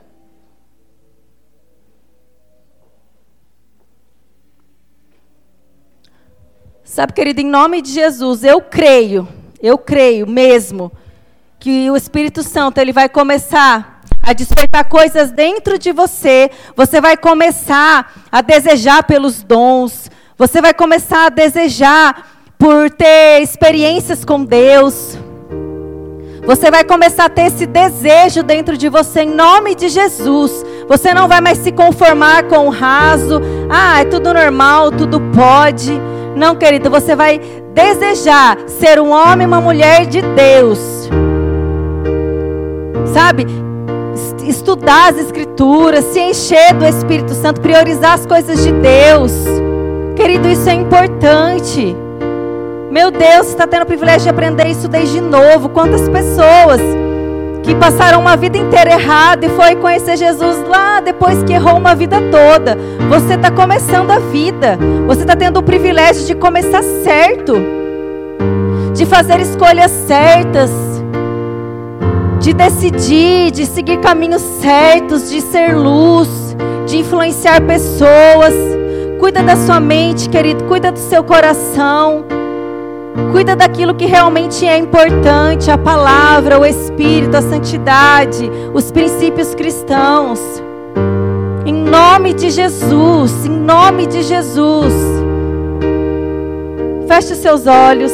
Sabe, querido, em nome de Jesus, eu creio mesmo, que o Espírito Santo, ele vai começar a despertar coisas dentro de você, você vai começar a desejar pelos dons, você vai começar a desejar por ter experiências com Deus, você vai começar a ter esse desejo dentro de você, em nome de Jesus. Você não vai mais se conformar com o raso, é tudo normal, tudo pode. Não, querido, você vai desejar ser um homem e uma mulher de Deus. Sabe? Estudar as Escrituras, se encher do Espírito Santo, priorizar as coisas de Deus. Querido, isso é importante. Meu Deus, você está tendo o privilégio de aprender isso desde novo. Quantas pessoas que passaram uma vida inteira errada e foi conhecer Jesus lá depois que errou uma vida toda. Você está começando a vida. Você está tendo o privilégio de começar certo. De fazer escolhas certas. De decidir, de seguir caminhos certos, de ser luz, de influenciar pessoas. Cuida da sua mente, querido. Cuida do seu coração. Cuida daquilo que realmente é importante, a palavra, o Espírito, a santidade, os princípios cristãos. Em nome de Jesus, em nome de Jesus. Feche os seus olhos.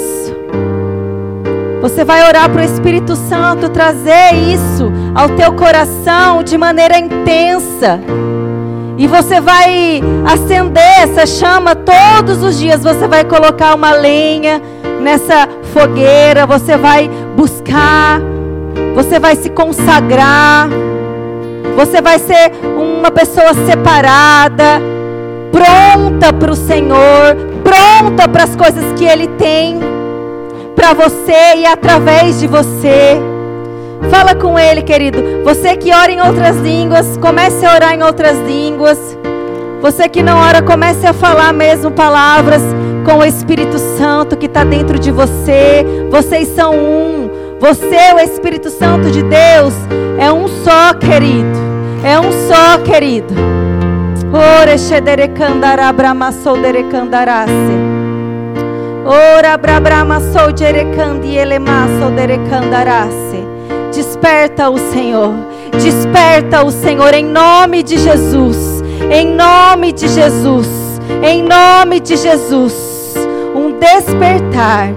Você vai orar para o Espírito Santo trazer isso ao teu coração de maneira intensa. E você vai acender essa chama todos os dias. Você vai colocar uma lenha nessa fogueira. Você vai buscar. Você vai se consagrar. Você vai ser uma pessoa separada. Pronta para o Senhor. Pronta para as coisas que Ele tem para você e através de você. Fala com Ele, querido. Você que ora em outras línguas, comece a orar em outras línguas. Você que não ora, comece a falar mesmo palavras com o Espírito Santo que está dentro de você. Vocês são um. Você, o Espírito Santo de Deus, é um só, querido. É um só, querido. Ora xederecandará bramassou derecandarase. Ora brabramassou derecandi elemassou derecandarase. Desperta o Senhor, desperta o Senhor em nome de Jesus, em nome de Jesus, em nome de Jesus. Um despertar,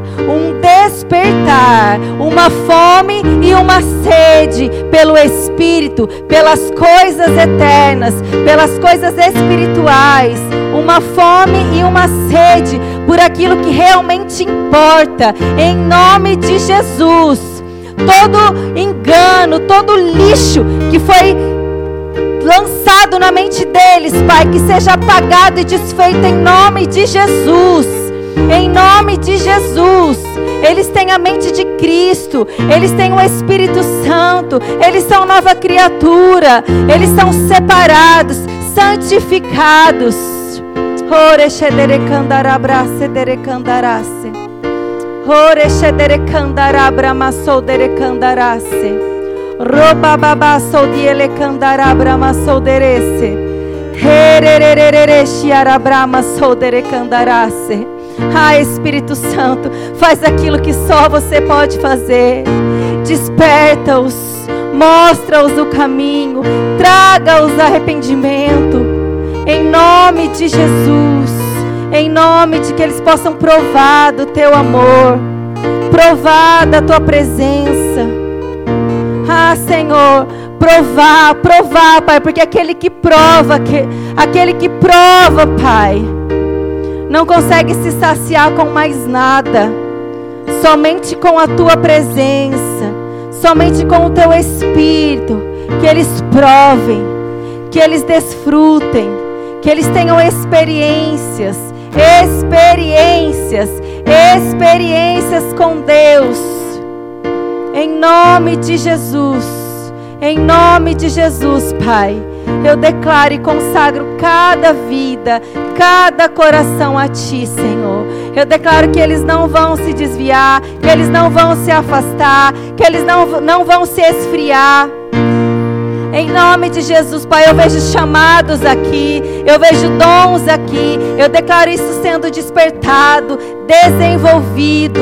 uma fome e uma sede pelo Espírito, pelas coisas eternas, pelas coisas espirituais, uma fome e uma sede por aquilo que realmente importa, em nome de Jesus. Todo engano, todo lixo que foi lançado na mente deles, Pai, que seja apagado e desfeito em nome de Jesus. Em nome de Jesus. Eles têm a mente de Cristo, eles têm o Espírito Santo, eles são nova criatura, eles são separados, santificados. Ore shedere candarabra cedere candarase. Ore shedere candarabra masodere candarase. Roba baba sodiele candarabra masoderese. Hererererere shiarabra masodere candarase. Ah, Espírito Santo, faz aquilo que só você pode fazer. Desperta-os, mostra-os o caminho, traga-os arrependimento. Em nome de Jesus, em nome de que eles possam provar do teu amor, provar da tua presença. Ah, Senhor, provar, Pai, porque aquele que prova, Pai, não consegue se saciar com mais nada, somente com a tua presença, somente com o teu Espírito. Que eles provem, que eles desfrutem, que eles tenham experiências com Deus, em nome de Jesus, Pai. Eu declaro e consagro cada vida, cada coração a Ti, Senhor. Eu declaro que eles não vão se desviar, que eles não vão se afastar, que eles não vão se esfriar. Em nome de Jesus, Pai, eu vejo chamados aqui, eu vejo dons aqui. Eu declaro isso sendo despertado, desenvolvido.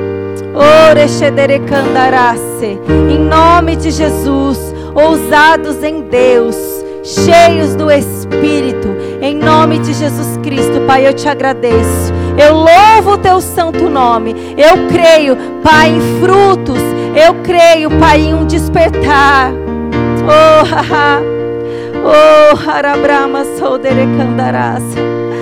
Em nome de Jesus, ousados em Deus, cheios do Espírito, em nome de Jesus Cristo, Pai, eu te agradeço. Eu louvo o teu santo nome. Eu creio, Pai, em frutos. Eu creio, Pai, em um despertar. Harabrama soudere candarasa.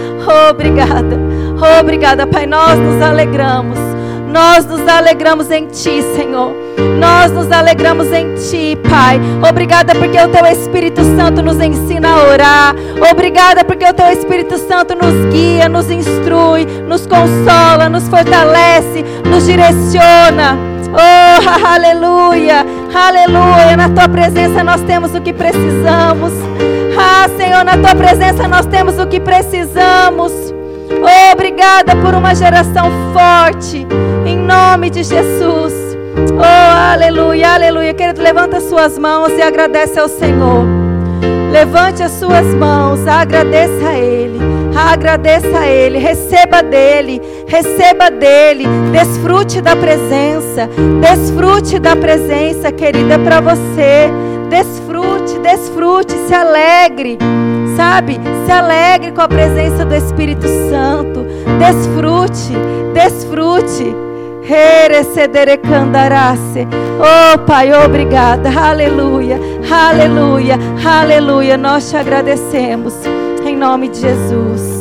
Obrigada, Pai, nós nos alegramos em Ti, Senhor. Nós nos alegramos em Ti, Pai. Obrigada porque o Teu Espírito Santo nos ensina a orar. Obrigada porque o Teu Espírito Santo nos guia, nos instrui, nos consola, nos fortalece, nos direciona. Aleluia, aleluia. Na Tua presença nós temos o que precisamos. Senhor, na Tua presença nós temos o que precisamos. Obrigada por uma geração forte, em nome de Jesus. Aleluia, aleluia. Querido, levanta as suas mãos e agradece ao Senhor. Levante as suas mãos, agradeça a Ele. Agradeça a Ele, receba dele, desfrute da presença, querida, para você. Desfrute, se alegre, sabe? Se alegre com a presença do Espírito Santo. Desfrute. Pai, obrigada. Aleluia. Nós te agradecemos em nome de Jesus.